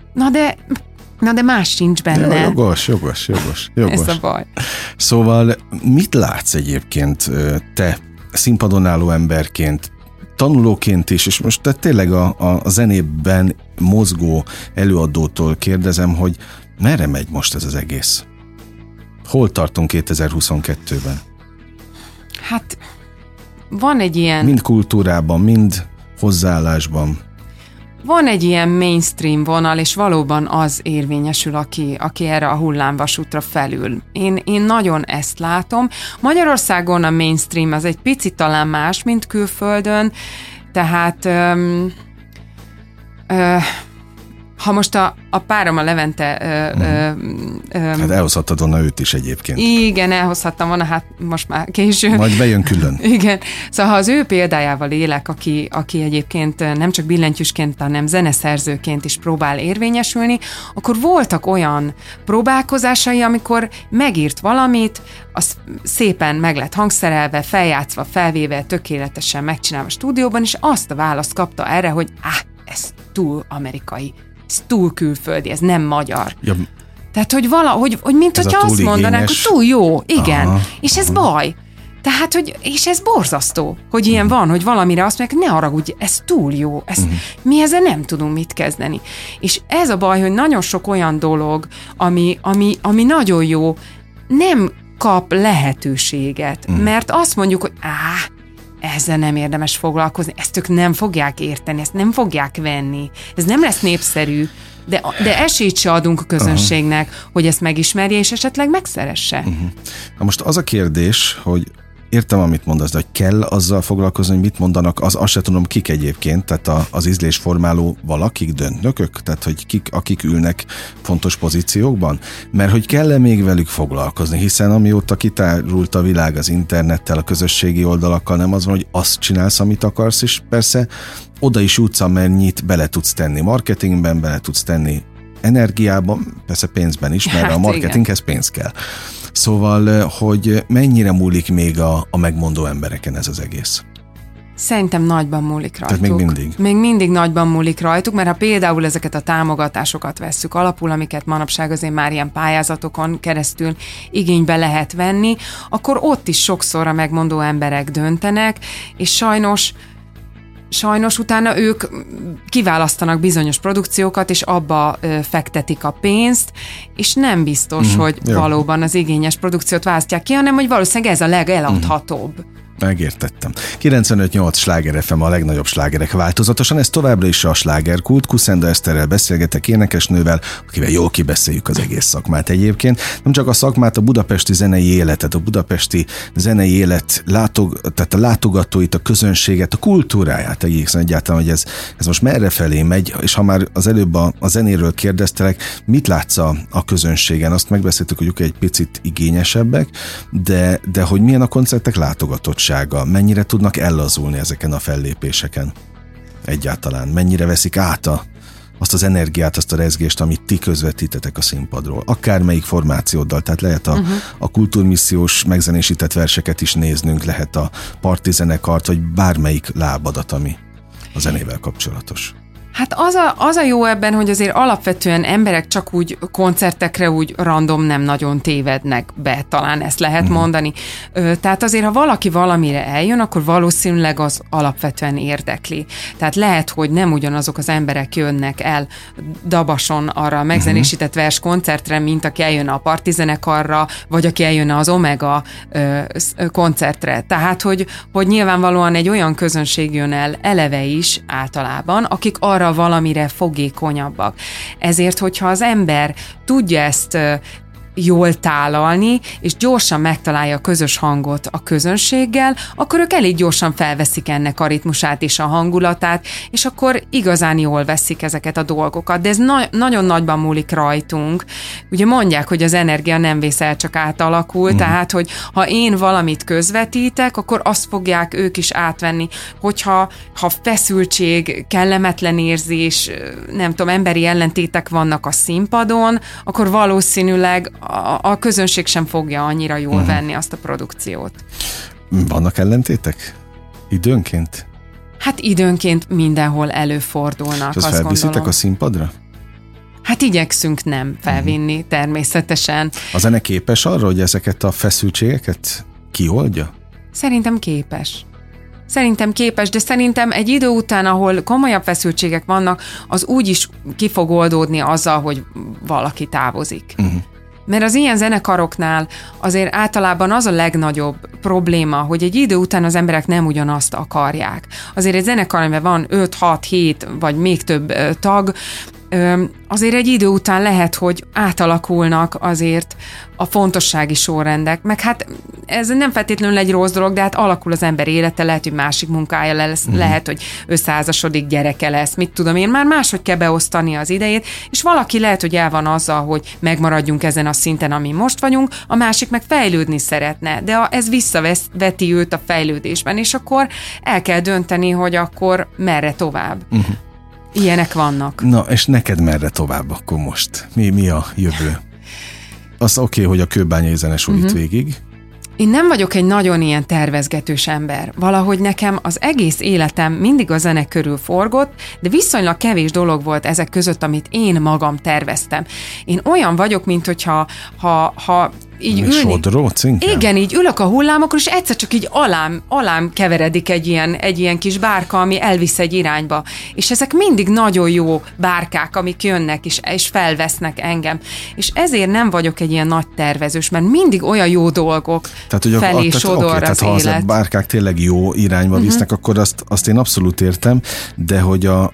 Na de más sincs benne. Ja, jogos. Ez a baj. Szóval mit látsz egyébként te színpadon álló emberként, tanulóként is, és most tényleg a zenében mozgó előadótól kérdezem, hogy merre megy most ez az egész? Hol tartunk 2022-ben? Hát van egy ilyen... Mind kultúrában, mind hozzáállásban. Van egy ilyen mainstream vonal, és valóban az érvényesül, aki erre a hullámvasútra felül. Én nagyon ezt látom. Magyarországon a mainstream az egy picit talán más, mint külföldön, tehát ha most a párom, a Levente... Hát elhozhattad volna őt is egyébként. Igen, elhozhattam volna, hát most már később. Majd bejön külön. Igen. Szóval ha az ő példájával élek, aki egyébként nem csak billentyűsként, hanem zeneszerzőként is próbál érvényesülni, akkor voltak olyan próbálkozásai, amikor megírt valamit, az szépen meg lett hangszerelve, feljátszva, felvéve, tökéletesen megcsinálva a stúdióban, és azt a választ kapta erre, hogy ez túl amerikai, ez túl külföldi, ez nem magyar. Ja. Tehát, hogy valahogy, mint hogyha azt mondanák, hogy túl jó, igen, és ez baj. Tehát, és ez borzasztó, hogy ilyen van, hogy valamire azt mondják, ne haragudj, ez túl jó, mi ezzel nem tudunk mit kezdeni. És ez a baj, hogy nagyon sok olyan dolog, ami nagyon jó, nem kap lehetőséget, mert azt mondjuk, hogy ezzel nem érdemes foglalkozni, ezt ők nem fogják érteni, ezt nem fogják venni, ez nem lesz népszerű, de esélyt se adunk a közönségnek, hogy ezt megismerje, és esetleg megszeresse. Na most az a kérdés, hogy értem, amit mondasz, de hogy kell azzal foglalkozni, hogy mit mondanak, azt se tudom, kik egyébként, tehát az ízlésformáló valakik, döntnökök, tehát hogy akik ülnek fontos pozíciókban, mert hogy kell-e még velük foglalkozni, hiszen amióta kitárult a világ az internettel, a közösségi oldalakkal, nem az van, hogy azt csinálsz, amit akarsz, és persze oda is jutsz, amennyit bele tudsz tenni marketingben, bele tudsz tenni energiában, persze pénzben is, mert a marketinghez pénz kell. Szóval, hogy mennyire múlik még a megmondó embereken ez az egész? Szerintem nagyban múlik rajtuk. Tehát még mindig? Még mindig nagyban múlik rajtuk, mert ha például ezeket a támogatásokat vesszük alapul, amiket manapság azért már ilyen pályázatokon keresztül igénybe lehet venni, akkor ott is sokszor a megmondó emberek döntenek, és sajnos utána ők kiválasztanak bizonyos produkciókat, és abba fektetik a pénzt, és nem biztos, hogy valóban az igényes produkciót választják ki, hanem hogy valószínűleg ez a legeladhatóbb. Megértettem. 95.8 Sláger FM, a legnagyobb slágerek változatosan, ez továbbra is a slágerkult. Kuszenda Eszterrel beszélgetek, énekesnővel, akivel jól kibeszéljük az egész szakmát egyébként. Nem csak a szakmát, a budapesti zenei életet, a budapesti zenei élet tehát a látogatóit, a közönséget, a kultúráját egészen egyáltalán, hogy ez most merre felé megy, és ha már az előbb a zenéről kérdeztelek, mit látsz a közönségen? Azt megbeszéltük, hogy ők egy picit igényesebbek, de hogy milyen a koncertek látogatottsága? Mennyire tudnak ellazulni ezeken a fellépéseken egyáltalán? Mennyire veszik át azt az energiát, azt a rezgést, amit ti közvetítetek a színpadról? Akármelyik formációddal, tehát lehet a kultúrmissziós megzenésített verseket is néznünk, lehet a partizenekart, vagy bármelyik lábadat, ami a zenével kapcsolatos. Hát az a jó ebben, hogy azért alapvetően emberek csak úgy koncertekre úgy random nem nagyon tévednek be, talán ezt lehet mondani. Tehát azért, ha valaki valamire eljön, akkor valószínűleg az alapvetően érdekli. Tehát lehet, hogy nem ugyanazok az emberek jönnek el Dabason arra a megzenésített vers koncertre, mint aki eljön a partizenekarra, vagy aki eljön az Omega koncertre. Tehát, hogy nyilvánvalóan egy olyan közönség jön el eleve is általában, akik arra valamire fogékonyabbak. Ezért, hogyha az ember tudja ezt jól tálalni, és gyorsan megtalálja a közös hangot a közönséggel, akkor ők elég gyorsan felveszik ennek a ritmusát és a hangulatát, és akkor igazán jól veszik ezeket a dolgokat. De ez nagyon nagyban múlik rajtunk. Ugye mondják, hogy az energia nem vész el, csak átalakul, tehát, hogy ha én valamit közvetítek, akkor azt fogják ők is átvenni, hogyha feszültség, kellemetlen érzés, nem tudom, emberi ellentétek vannak a színpadon, akkor valószínűleg a közönség sem fogja annyira jól venni azt a produkciót. Vannak ellentétek? Időnként? Hát időnként mindenhol előfordulnak, és azt felviszitek a színpadra? Hát igyekszünk nem felvinni, természetesen. A zene képes arra, hogy ezeket a feszültségeket kioldja? Szerintem képes. De szerintem egy idő után, ahol komolyabb feszültségek vannak, az úgy is ki fog oldódni azzal, hogy valaki távozik. Mert az ilyen zenekaroknál azért általában az a legnagyobb probléma, hogy egy idő után az emberek nem ugyanazt akarják. Azért egy zenekar, amiben van 5-6-7 vagy még több tag, azért egy idő után lehet, hogy átalakulnak azért a fontossági sorrendek, meg hát ez nem feltétlenül egy rossz dolog, de hát alakul az ember élete, lehet, hogy másik munkája lesz, lehet, hogy összeházasodik, gyereke lesz, mit tudom én, már máshogy kell beosztani az idejét, és valaki lehet, hogy el van azzal, hogy megmaradjunk ezen a szinten, amin most vagyunk, a másik meg fejlődni szeretne, de ez visszaveti őt a fejlődésben, és akkor el kell dönteni, hogy akkor merre tovább. Ilyenek vannak. Na, és neked merre tovább akkor most? Mi a jövő? Az oké, hogy a kőbányai zenesor itt végig. Én nem vagyok egy nagyon ilyen tervezgetős ember. Valahogy nekem az egész életem mindig a zene körül forgott, de viszonylag kevés dolog volt ezek között, amit én magam terveztem. Én olyan vagyok, mint hogyha így ülni. Sodróc inkább? Igen, így ülök a hullámokon, és egyszer csak így alám keveredik egy ilyen kis bárka, ami elvisz egy irányba. És ezek mindig nagyon jó bárkák, amik jönnek és felvesznek engem. És ezért nem vagyok egy ilyen nagy tervezős, mert mindig olyan jó dolgok felé sodor az élet. Ha a bárkák tényleg jó irányba visznek, akkor azt én abszolút értem, de hogy a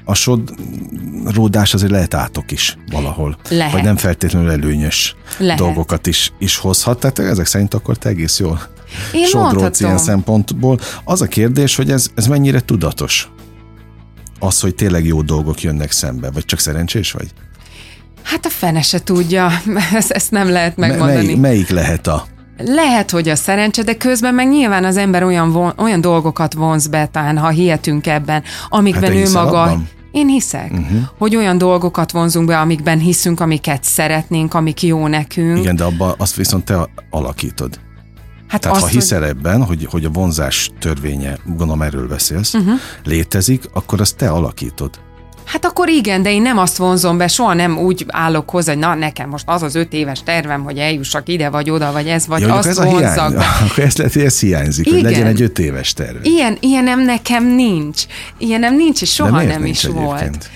sodródás azért lehet átok is valahol. Lehet. Vagy nem feltétlenül előnyös dolgokat is hozhat, tehát ezek szerint akkor te egész jól sodródsz ilyen szempontból. Az a kérdés, hogy ez mennyire tudatos? Az, hogy tényleg jó dolgok jönnek szembe, vagy csak szerencsés vagy? Hát a fene se tudja, ezt nem lehet megmondani. Melyik lehet a... Lehet, hogy a szerencse, de közben meg nyilván az ember olyan dolgokat vonz be, talán, ha hihetünk ebben, amikben ő maga... Abban? Én hiszek, hogy olyan dolgokat vonzunk be, amikben hiszünk, amiket szeretnénk, amik jó nekünk. Igen, de abban azt viszont te alakítod. Hát tehát ha hiszel ebben, hogy a vonzás törvénye, gondolom erről beszélsz, létezik, akkor azt te alakítod. Hát akkor igen, de én nem azt vonzom be, soha nem úgy állok hozzá, hogy na, nekem most az az 5 éves tervem, hogy eljussak ide, vagy oda, vagy ez, vagy azt ez vonzzak be. Akkor ez lehet, hogy ez hiányzik, igen. Hogy legyen egy 5 éves terve. Ilyenem nekem nincs. Ilyenem nincs, és soha nem is volt.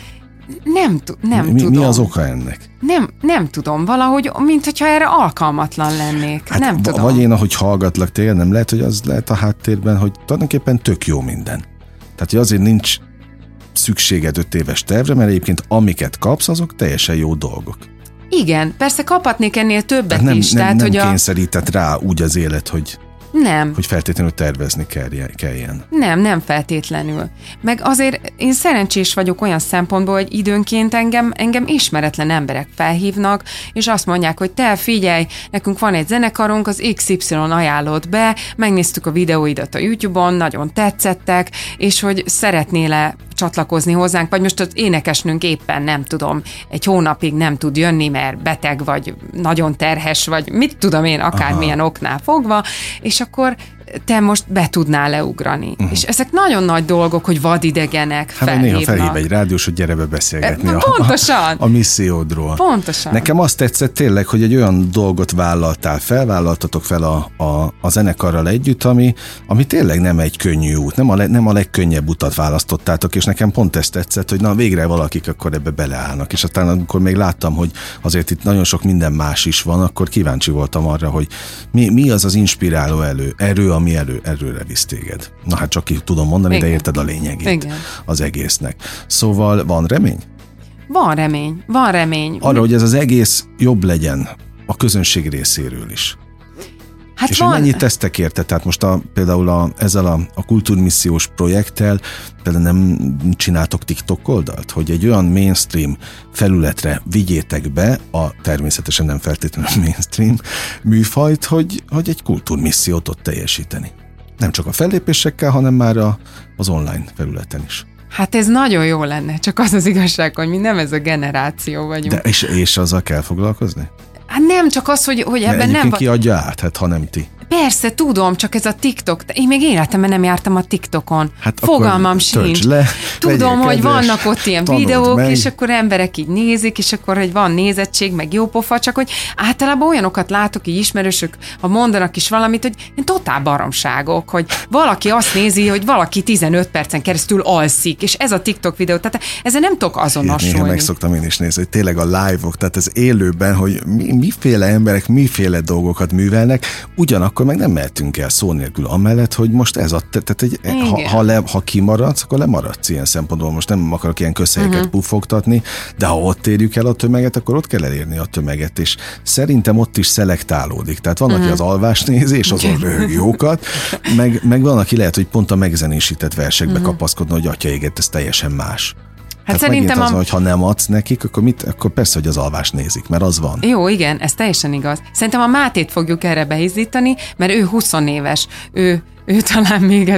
Nem tudom. Mi az oka ennek? Nem tudom, valahogy, mint hogyha erre alkalmatlan lennék. Hát nem tudom. Vagy én, ahogy hallgatlak téged, nem lehet, hogy az lehet a háttérben, hogy tulajdonképpen tök jó minden. Tehát, hogy azért nincs szükséged 5 éves tervre, mert egyébként amiket kapsz, azok teljesen jó dolgok. Igen, persze kaphatnék ennél többet is. Nem kényszerített rá úgy az élet, hogy feltétlenül tervezni kelljen. Nem feltétlenül. Meg azért én szerencsés vagyok olyan szempontból, hogy időnként engem ismeretlen emberek felhívnak, és azt mondják, hogy te figyelj, nekünk van egy zenekarunk, az XY ajánlott be, megnéztük a videóidat a YouTube-on, nagyon tetszettek, és hogy szeretnél-e csatlakozni hozzánk, vagy most az énekesnünk éppen nem tudom, egy hónapig nem tud jönni, mert beteg, vagy nagyon terhes, vagy mit tudom én, akármilyen oknál fogva, és akkor te most be tudnál leugrani. És ezek nagyon nagy dolgok, hogy vadidegenek felhívnak. Néha felhív egy rádiós, hogy gyere be beszélgetni pontosan. A missziódról. Pontosan. Nekem azt tetszett tényleg, hogy egy olyan dolgot vállaltatok fel a zenekarral együtt, ami tényleg nem egy könnyű út, nem a legkönnyebb utat választottátok, és nekem pont ezt tetszett, hogy na végre valakik akkor ebbe beleállnak. És aztán amikor még láttam, hogy azért itt nagyon sok minden más is van, akkor kíváncsi voltam arra, hogy mi az inspiráló erő, ami előre visz téged. Na hát csak ki tudom mondani, igen. De érted a lényegét az egésznek. Szóval van remény? Van remény. Arra, hogy ez az egész jobb legyen a közönség részéről is. Hát és hogy mennyit tesztek érte? Tehát most például ezzel a kultúrmissziós projekttel például nem csináltok TikTok oldalt? Hogy egy olyan mainstream felületre vigyétek be természetesen nem feltétlenül mainstream műfajt, hogy egy kultúrmissziót ott teljesíteni. Nem csak a fellépésekkel, hanem már az online felületen is. Hát ez nagyon jó lenne, csak az igazság, hogy mi nem ez a generáció vagyunk. De és azzal kell foglalkozni? Hát nem csak az, hogy ebben nem... ki adja át, hát ha nem ti. persze, tudom, csak ez a TikTok, én még életemben nem jártam a TikTokon. Hát fogalmam sincs. Tudom, hogy vannak ott ilyen videók, meg. És akkor emberek így nézik, és akkor, hogy van nézettség, meg jó pofa, csak hogy általában olyanokat látok, így ismerősök, ha mondanak is valamit, hogy én totál baromságok, hogy valaki azt nézi, hogy valaki 15 percen keresztül alszik, és ez a TikTok videó, tehát ezzel nem tudok azonosulni. Néha meg szoktam én is nézni, hogy tényleg a live-ok, tehát az élőben, hogy miféle emberek, miféle dolgokat művelnek, ugyanakkor meg nem mehetünk el szó nélkül amellett, hogy most ez a, tehát ha kimaradsz, akkor lemaradsz ilyen szempontból. Most nem akarok ilyen közhelyeket puffogtatni, de ha ott érjük el a tömeget, akkor ott kell elérni a tömeget, és szerintem ott is szelektálódik. Tehát van, aki az alvást nézi, és azon röhög jókat, meg van, aki lehet, hogy pont a megzenésített versekbe kapaszkodna, hogy atya éget, ez teljesen más. Hát szerintem az, hogy ha nem adsz nekik, akkor persze, hogy az alvást nézik, mert az van. Jó, igen, ez teljesen igaz. Szerintem a Mátét fogjuk erre beízdítani, mert ő 20 éves, ő talán még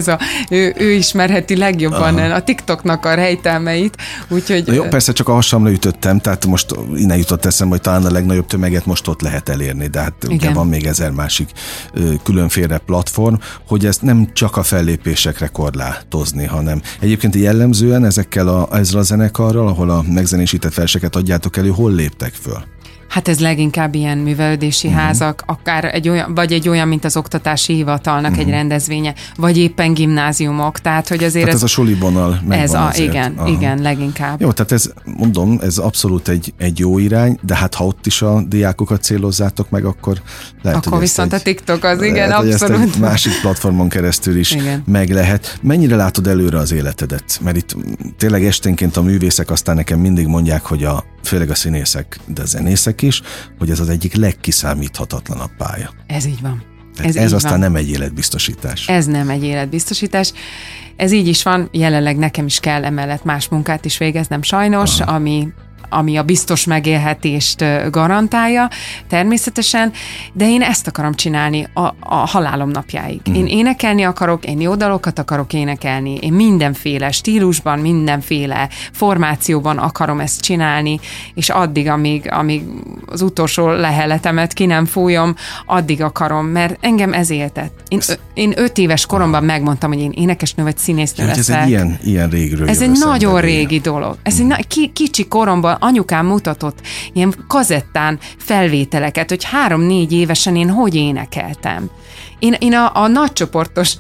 ő ismerheti legjobban a TikToknak a rejtelmeit, úgyhogy... Na jó, persze csak a hasamra ütöttem, tehát most innen jutott eszembe, hogy talán a legnagyobb tömeget most ott lehet elérni, de hát ugye van még 1000 másik különféle platform, hogy ezt nem csak a fellépésekre korlátozni, hanem egyébként jellemzően ezzel a zenekarral, ahol a megzenésített verseket adjátok elő, hol léptek föl? Hát ez leginkább ilyen művelődési házak, akár egy olyan, mint az oktatási hivatalnak egy rendezvénye, vagy éppen gimnáziumok, tehát hogy azért tehát ez a solivonal megvan igen, leginkább. Jó, tehát ez abszolút egy jó irány, de hát ha ott is a diákokat célozzátok meg, akkor lehet, akkor hogy viszont a TikTok az, igen, abszolút. Hogy ezt egy másik platformon keresztül is meg lehet. Mennyire látod előre az életedet? Mert itt tényleg esténként a művészek aztán nekem mindig mondják, hogy főleg a színészek, de a zenészek is, hogy ez az egyik legkiszámíthatatlanabb pálya. Ez így van. Ez aztán nem egy életbiztosítás. Ez nem egy életbiztosítás. Ez így is van, jelenleg nekem is kell emellett más munkát is végeznem sajnos, ami a biztos megélhetést garantálja, természetesen, de én ezt akarom csinálni a halálom napjáig. Én énekelni akarok, én jó dalokat akarok énekelni, én mindenféle stílusban, mindenféle formációban akarom ezt csinálni, és addig, amíg az utolsó leheletemet ki nem fújom, addig akarom, mert engem ez éltett. Én 5 éves koromban megmondtam, hogy én énekesnő vagy színésznő leszek. Ez egy ilyen régről. Ez egy nagyon régi dolog. Ez egy kicsi koromban anyukám mutatott ilyen kazettán felvételeket, hogy 3-4 évesen én hogy énekeltem. Én a nagycsoportos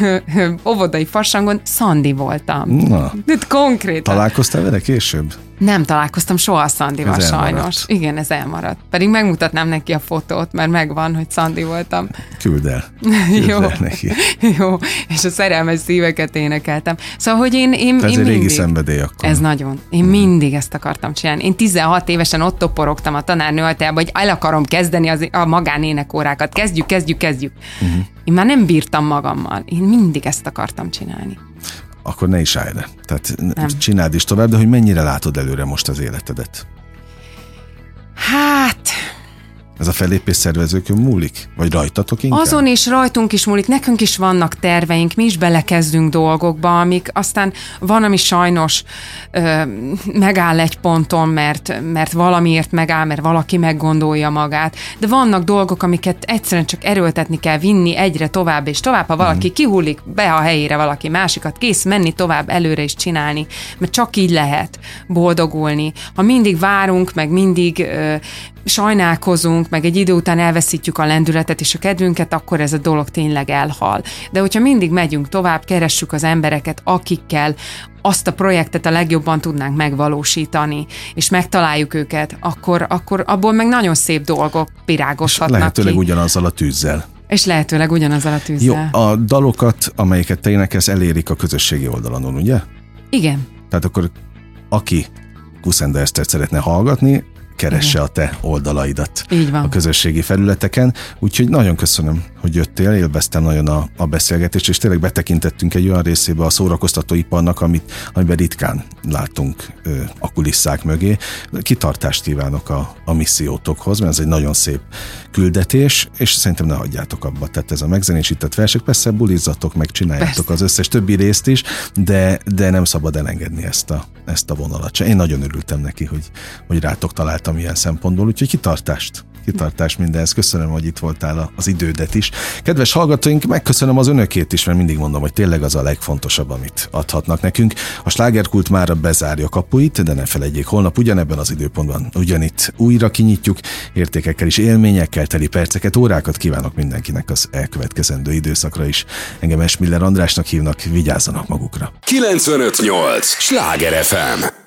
óvodai farsangon Szandi voltam. Na. Konkrétan. Találkoztál vele később? Nem találkoztam soha Szandival, sajnos. Igen, ez elmaradt. Pedig megmutatnám neki a fotót, mert megvan, hogy Szandi voltam. Küld el neki. Jó, és a szerelmes szíveket énekeltem. Szóval, hogy én ez egy régi szenvedély akkor. Ez nagyon. Én mindig ezt akartam csinálni. Én 16 évesen ott toporogtam a tanárnő ajtajában, hogy el akarom kezdeni a magánénekórákat. Kezdjük. Én már nem bírtam magammal. Én mindig ezt akartam csinálni. Akkor ne is állj le. Tehát csináld is tovább, de hogy mennyire látod előre most az életedet? Hát... Ez a fellépés szervezőkön múlik? Vagy rajtatok inkább? Azon is, rajtunk is múlik. Nekünk is vannak terveink, mi is belekezdünk dolgokba, amik aztán van, ami sajnos megáll egy ponton, mert valamiért megáll, mert valaki meggondolja magát. De vannak dolgok, amiket egyszerűen csak erőltetni kell, vinni egyre tovább és tovább. Ha valaki kihullik be a helyére valaki másikat, kész menni tovább, előre is csinálni. Mert csak így lehet boldogulni. Ha mindig várunk, meg mindig sajnálkozunk, meg egy idő után elveszítjük a lendületet és a kedvünket, akkor ez a dolog tényleg elhal. De hogyha mindig megyünk tovább, keressük az embereket, akikkel azt a projektet a legjobban tudnánk megvalósítani, és megtaláljuk őket, akkor abból meg nagyon szép dolgok virágoshatnak ki. Lehetőleg ugyanazzal a tűzzel. És lehetőleg ugyanazzal a tűzzel. Jó, a dalokat, amelyeket te énekelsz, elérik a közösségi oldalon, ugye? Igen. Tehát akkor aki Kuszenda Esztert szeretne hallgatni, keresse a te oldalaidat a közösségi felületeken. Úgyhogy nagyon köszönöm, hogy jöttél, élveztem nagyon a beszélgetést, és tényleg betekintettünk egy olyan részébe a szórakoztatóiparnak, amiben ritkán látunk a kulisszák mögé. Kitartást kívánok a missziótokhoz, mert ez egy nagyon szép küldetés, és szerintem ne hagyjátok abba. Tehát ez a megzenésített versek, persze bulizzatok, meg csináljátok az összes többi részt is, de nem szabad elengedni ezt a vonalat. Én nagyon örültem neki, hogy rátok találtam ilyen szempontból, úgyhogy kitartást! kitartás mindenhez. Köszönöm, hogy itt voltál, az idődet is. Kedves hallgatóink, megköszönöm az önökét is, mert mindig mondom, hogy tényleg az a legfontosabb, amit adhatnak nekünk. A Slágerkult mára bezárja kapuit, de ne felejtjék, holnap ugyanebben az időpontban ugyanitt újra kinyitjuk, értékekkel és élményekkel teli perceket, órákat kívánok mindenkinek az elkövetkezendő időszakra is. Engem Esmiller Andrásnak hívnak, vigyázzanak magukra. 95.8 Sláger FM.